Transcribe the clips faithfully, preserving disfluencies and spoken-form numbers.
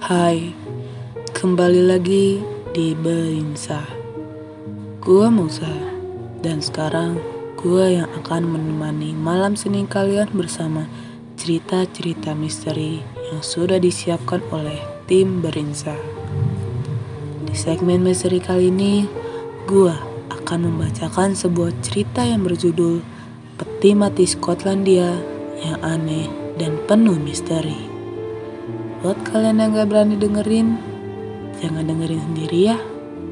Hai, kembali lagi di Berinsa. Gua Musa, dan sekarang gua yang akan menemani malam Senin kalian bersama cerita-cerita misteri yang sudah disiapkan oleh tim Berinsa. Di segmen misteri kali ini, gua akan membacakan sebuah cerita yang berjudul Peti Mati Skotlandia yang aneh dan penuh misteri. Buat kalian yang gak berani dengerin, jangan dengerin sendiri ya.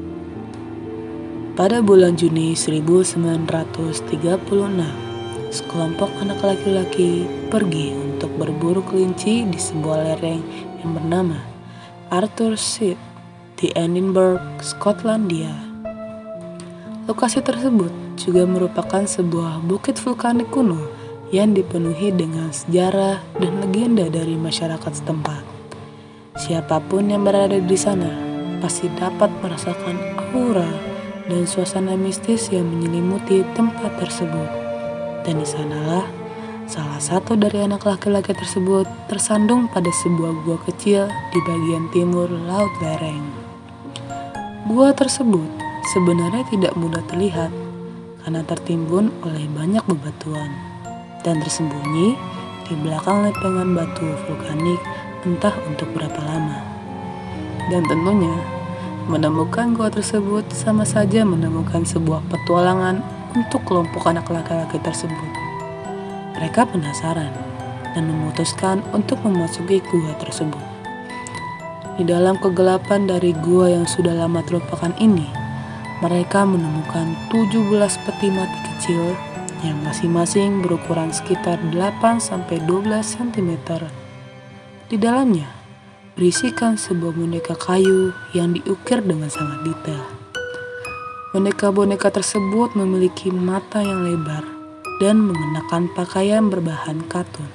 Pada bulan Juni seribu sembilan ratus tiga puluh enam, sekelompok anak laki-laki pergi untuk berburu kelinci di sebuah lereng yang bernama Arthur Seat di Edinburgh, Skotlandia. Lokasi tersebut juga merupakan sebuah bukit vulkanik kuno yang dipenuhi dengan sejarah dan legenda dari masyarakat setempat. Siapapun yang berada di sana pasti dapat merasakan aura dan suasana mistis yang menyelimuti tempat tersebut. Dan di sanalah salah satu dari anak laki-laki tersebut tersandung pada sebuah gua kecil di bagian timur laut lereng. Gua tersebut sebenarnya tidak mudah terlihat karena tertimbun oleh banyak bebatuan dan tersembunyi di belakang lempengan batu vulkanik entah untuk berapa lama. Dan tentunya menemukan gua tersebut sama saja menemukan sebuah petualangan untuk kelompok anak laki-laki tersebut. Mereka penasaran dan memutuskan untuk memasuki gua tersebut. Di dalam kegelapan dari gua yang sudah lama terlupakan ini, mereka menemukan tujuh belas peti mati kecil yang masing-masing berukuran sekitar delapan sampai dua belas sentimeter. Di dalamnya berisikan sebuah boneka kayu yang diukir dengan sangat detail. Boneka-boneka tersebut memiliki mata yang lebar dan mengenakan pakaian berbahan katun.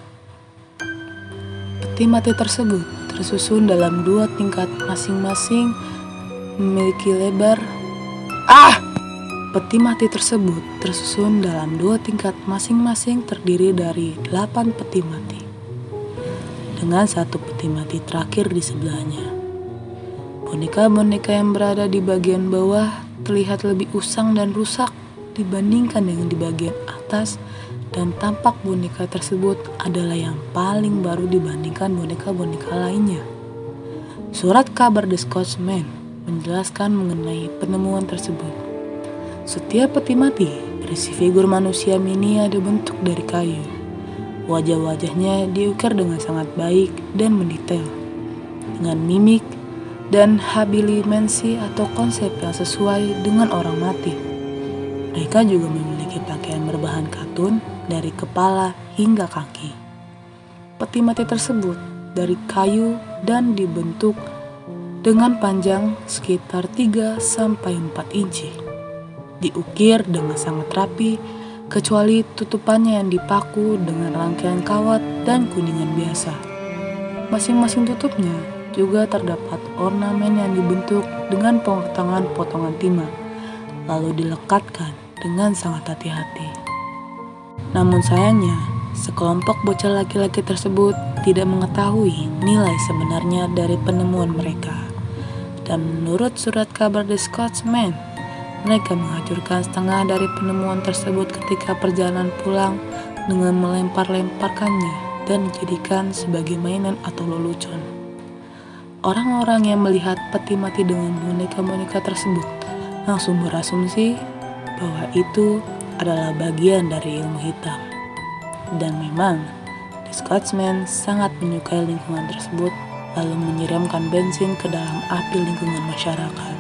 Peti mati tersebut tersusun dalam dua tingkat masing-masing memiliki lebar Ah! Peti mati tersebut tersusun dalam dua tingkat masing-masing terdiri dari delapan peti mati, dengan satu peti mati terakhir di sebelahnya. Boneka-boneka yang berada di bagian bawah terlihat lebih usang dan rusak dibandingkan yang di bagian atas, dan tampak boneka tersebut adalah yang paling baru dibandingkan boneka-boneka lainnya. Surat kabar The Scotsman menjelaskan mengenai penemuan tersebut. Setiap peti mati berisi figur manusia mini yang dibentuk dari kayu. Wajah-wajahnya diukir dengan sangat baik dan mendetail, dengan mimik dan habilimensi atau konsep yang sesuai dengan orang mati. Mereka juga memiliki pakaian berbahan katun dari kepala hingga kaki. Peti mati tersebut dari kayu dan dibentuk dengan panjang sekitar tiga sampai empat inci. Diukir dengan sangat rapi, kecuali tutupannya yang dipaku dengan rangkaian kawat dan kuningan biasa. Masing-masing tutupnya juga terdapat ornamen yang dibentuk dengan potongan-potongan timah, lalu dilekatkan dengan sangat hati-hati. Namun sayangnya, sekelompok bocah laki-laki tersebut tidak mengetahui nilai sebenarnya dari penemuan mereka. Dan menurut surat kabar The Scotsman, mereka menghancurkan setengah dari penemuan tersebut ketika perjalanan pulang dengan melempar-lemparkannya dan dijadikan sebagai mainan atau lelucon. Orang-orang yang melihat peti mati dengan boneka-boneka tersebut langsung berasumsi bahwa itu adalah bagian dari ilmu hitam. Dan memang, The Scotsman sangat menyukai lingkungan tersebut, lalu menyiramkan bensin ke dalam api lingkungan masyarakat.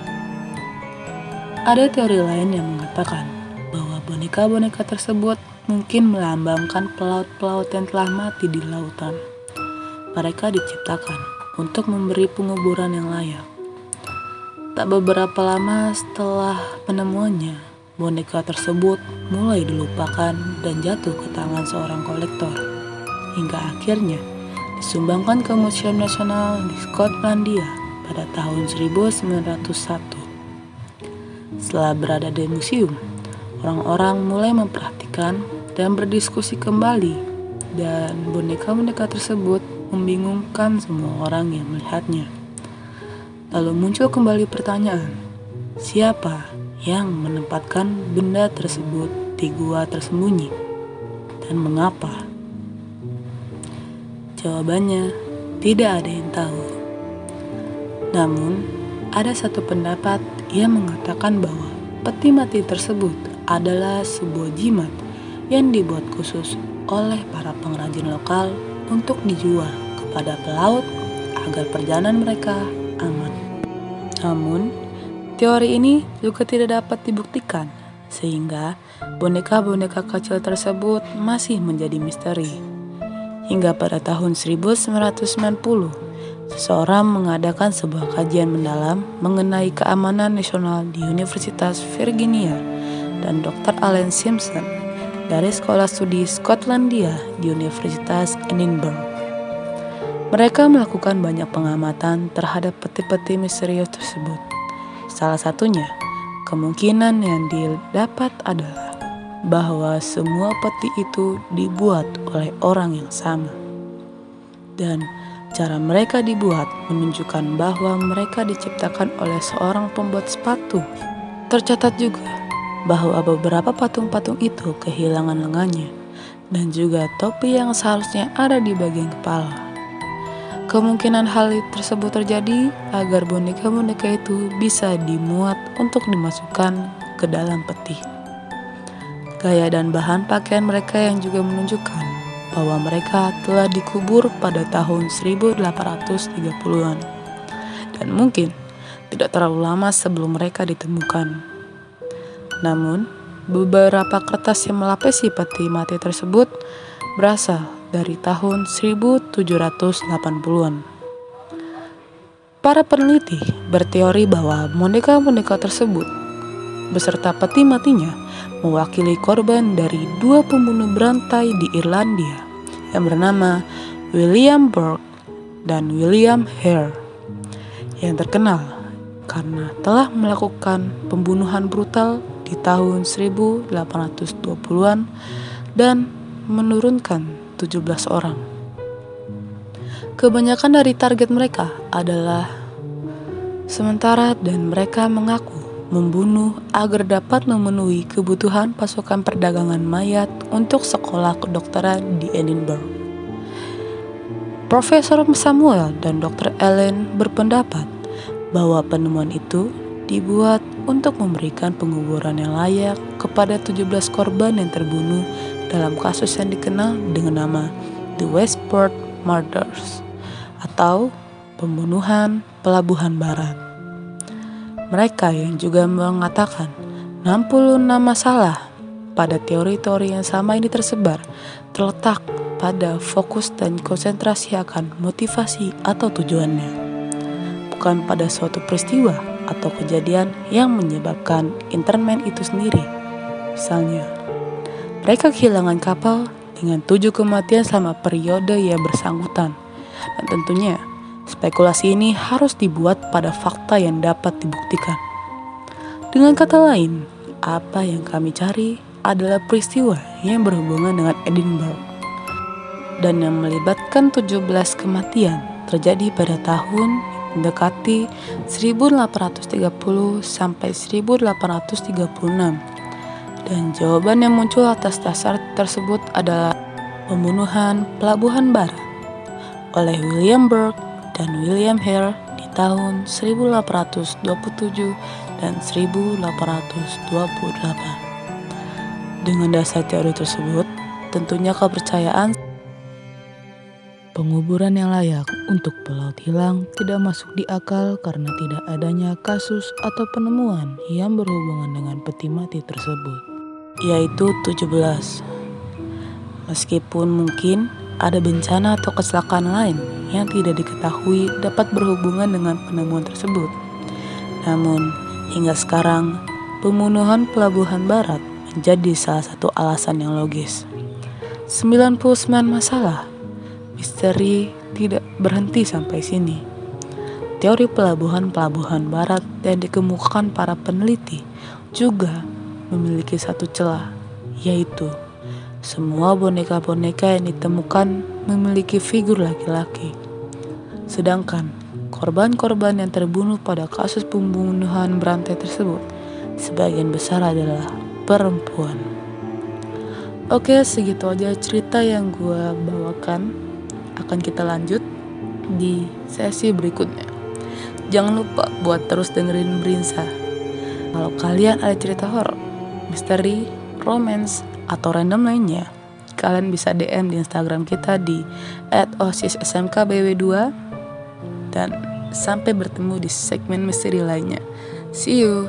Ada teori lain yang mengatakan bahwa boneka-boneka tersebut mungkin melambangkan pelaut-pelaut yang telah mati di lautan. Mereka diciptakan untuk memberi penguburan yang layak. Tak beberapa lama setelah penemuannya, boneka tersebut mulai dilupakan dan jatuh ke tangan seorang kolektor, hingga akhirnya disumbangkan ke Museum Nasional di Skotlandia pada tahun seribu sembilan ratus satu. Setelah berada di museum, orang-orang mulai memperhatikan dan berdiskusi kembali, dan boneka-boneka tersebut membingungkan semua orang yang melihatnya. Lalu muncul kembali pertanyaan, siapa yang menempatkan benda tersebut di gua tersembunyi dan mengapa? Jawabannya, tidak ada yang tahu. Namun, ada satu pendapat yang mengatakan bahwa peti mati tersebut adalah sebuah jimat yang dibuat khusus oleh para pengrajin lokal untuk dijual kepada pelaut agar perjalanan mereka aman. Namun, teori ini juga tidak dapat dibuktikan, sehingga boneka-boneka kecil tersebut masih menjadi misteri. Hingga pada tahun seribu sembilan ratus sembilan puluh, seseorang mengadakan sebuah kajian mendalam mengenai keamanan nasional di Universitas Virginia dan dokter Alan Simpson dari Sekolah Studi Skotlandia di Universitas Edinburgh. Mereka melakukan banyak pengamatan terhadap peti-peti misterius tersebut. Salah satunya, kemungkinan yang didapat adalah bahwa semua peti itu dibuat oleh orang yang sama. Dan cara mereka dibuat menunjukkan bahwa mereka diciptakan oleh seorang pembuat sepatu. Tercatat juga bahwa beberapa patung-patung itu kehilangan lengannya dan juga topi yang seharusnya ada di bagian kepala. Kemungkinan hal tersebut terjadi agar boneka-boneka itu bisa dimuat untuk dimasukkan ke dalam peti. Gaya dan bahan pakaian mereka yang juga menunjukkan bahwa mereka telah dikubur pada tahun seribu delapan ratus tiga puluhan dan mungkin tidak terlalu lama sebelum mereka ditemukan. Namun, beberapa kertas yang melapisi peti mati tersebut berasal dari tahun seribu tujuh ratus delapan puluhan. Para peneliti berteori bahwa boneka-boneka tersebut beserta peti matinya mewakili korban dari dua pembunuh berantai di Irlandia yang bernama William Burke dan William Hare, yang terkenal karena telah melakukan pembunuhan brutal di tahun seribu delapan ratus dua puluhan dan menurunkan tujuh belas orang. Kebanyakan dari target mereka adalah sementara dan mereka mengaku membunuh agar dapat memenuhi kebutuhan pasukan perdagangan mayat untuk sekolah kedokteran di Edinburgh. Profesor Samuel dan dokter Allen berpendapat bahwa penemuan itu dibuat untuk memberikan penguburan yang layak kepada tujuh belas korban yang terbunuh dalam kasus yang dikenal dengan nama The Westport Murders atau pembunuhan Pelabuhan Barat. Mereka yang juga mengatakan enam puluh enam masalah pada teori-teori yang sama ini tersebar terletak pada fokus dan konsentrasi akan motivasi atau tujuannya, bukan pada suatu peristiwa atau kejadian yang menyebabkan internment itu sendiri. Misalnya, mereka kehilangan kapal dengan tujuh kematian selama periode yang bersangkutan, dan tentunya spekulasi ini harus dibuat pada fakta yang dapat dibuktikan. Dengan kata lain, apa yang kami cari adalah peristiwa yang berhubungan dengan Edinburgh dan yang melibatkan tujuh belas kematian terjadi pada tahun mendekati seribu delapan ratus tiga puluh sampai seribu delapan ratus tiga puluh enam. Dan jawaban yang muncul atas dasar tersebut adalah pembunuhan Pelabuhan Barat oleh William Burke dan William Hare di tahun seribu delapan ratus dua puluh tujuh dan seribu delapan ratus dua puluh delapan. Dengan dasar teori tersebut, tentunya kepercayaan penguburan yang layak untuk pelaut hilang tidak masuk di akal karena tidak adanya kasus atau penemuan yang berhubungan dengan peti mati tersebut, yaitu tujuh belas. Meskipun mungkin ada bencana atau kecelakaan lain yang tidak diketahui dapat berhubungan dengan penemuan tersebut. Namun, hingga sekarang, pembunuhan Pelabuhan Barat menjadi salah satu alasan yang logis. sembilan puluh sembilan masalah misteri tidak berhenti sampai sini. Teori pelabuhan-pelabuhan Barat yang dikemukakan para peneliti juga memiliki satu celah, yaitu semua boneka-boneka yang ditemukan memiliki figur laki-laki, sedangkan korban-korban yang terbunuh pada kasus pembunuhan berantai tersebut sebagian besar adalah perempuan. Oke, segitu aja cerita yang gue bawakan. Akan kita lanjut di sesi berikutnya. Jangan lupa buat terus dengerin Brinsa. Kalau kalian ada cerita horor, misteri, romance, atau random lainnya, kalian bisa D M di Instagram kita di et osis s m k b w dua. Dan sampai bertemu di segmen misteri lainnya. See you.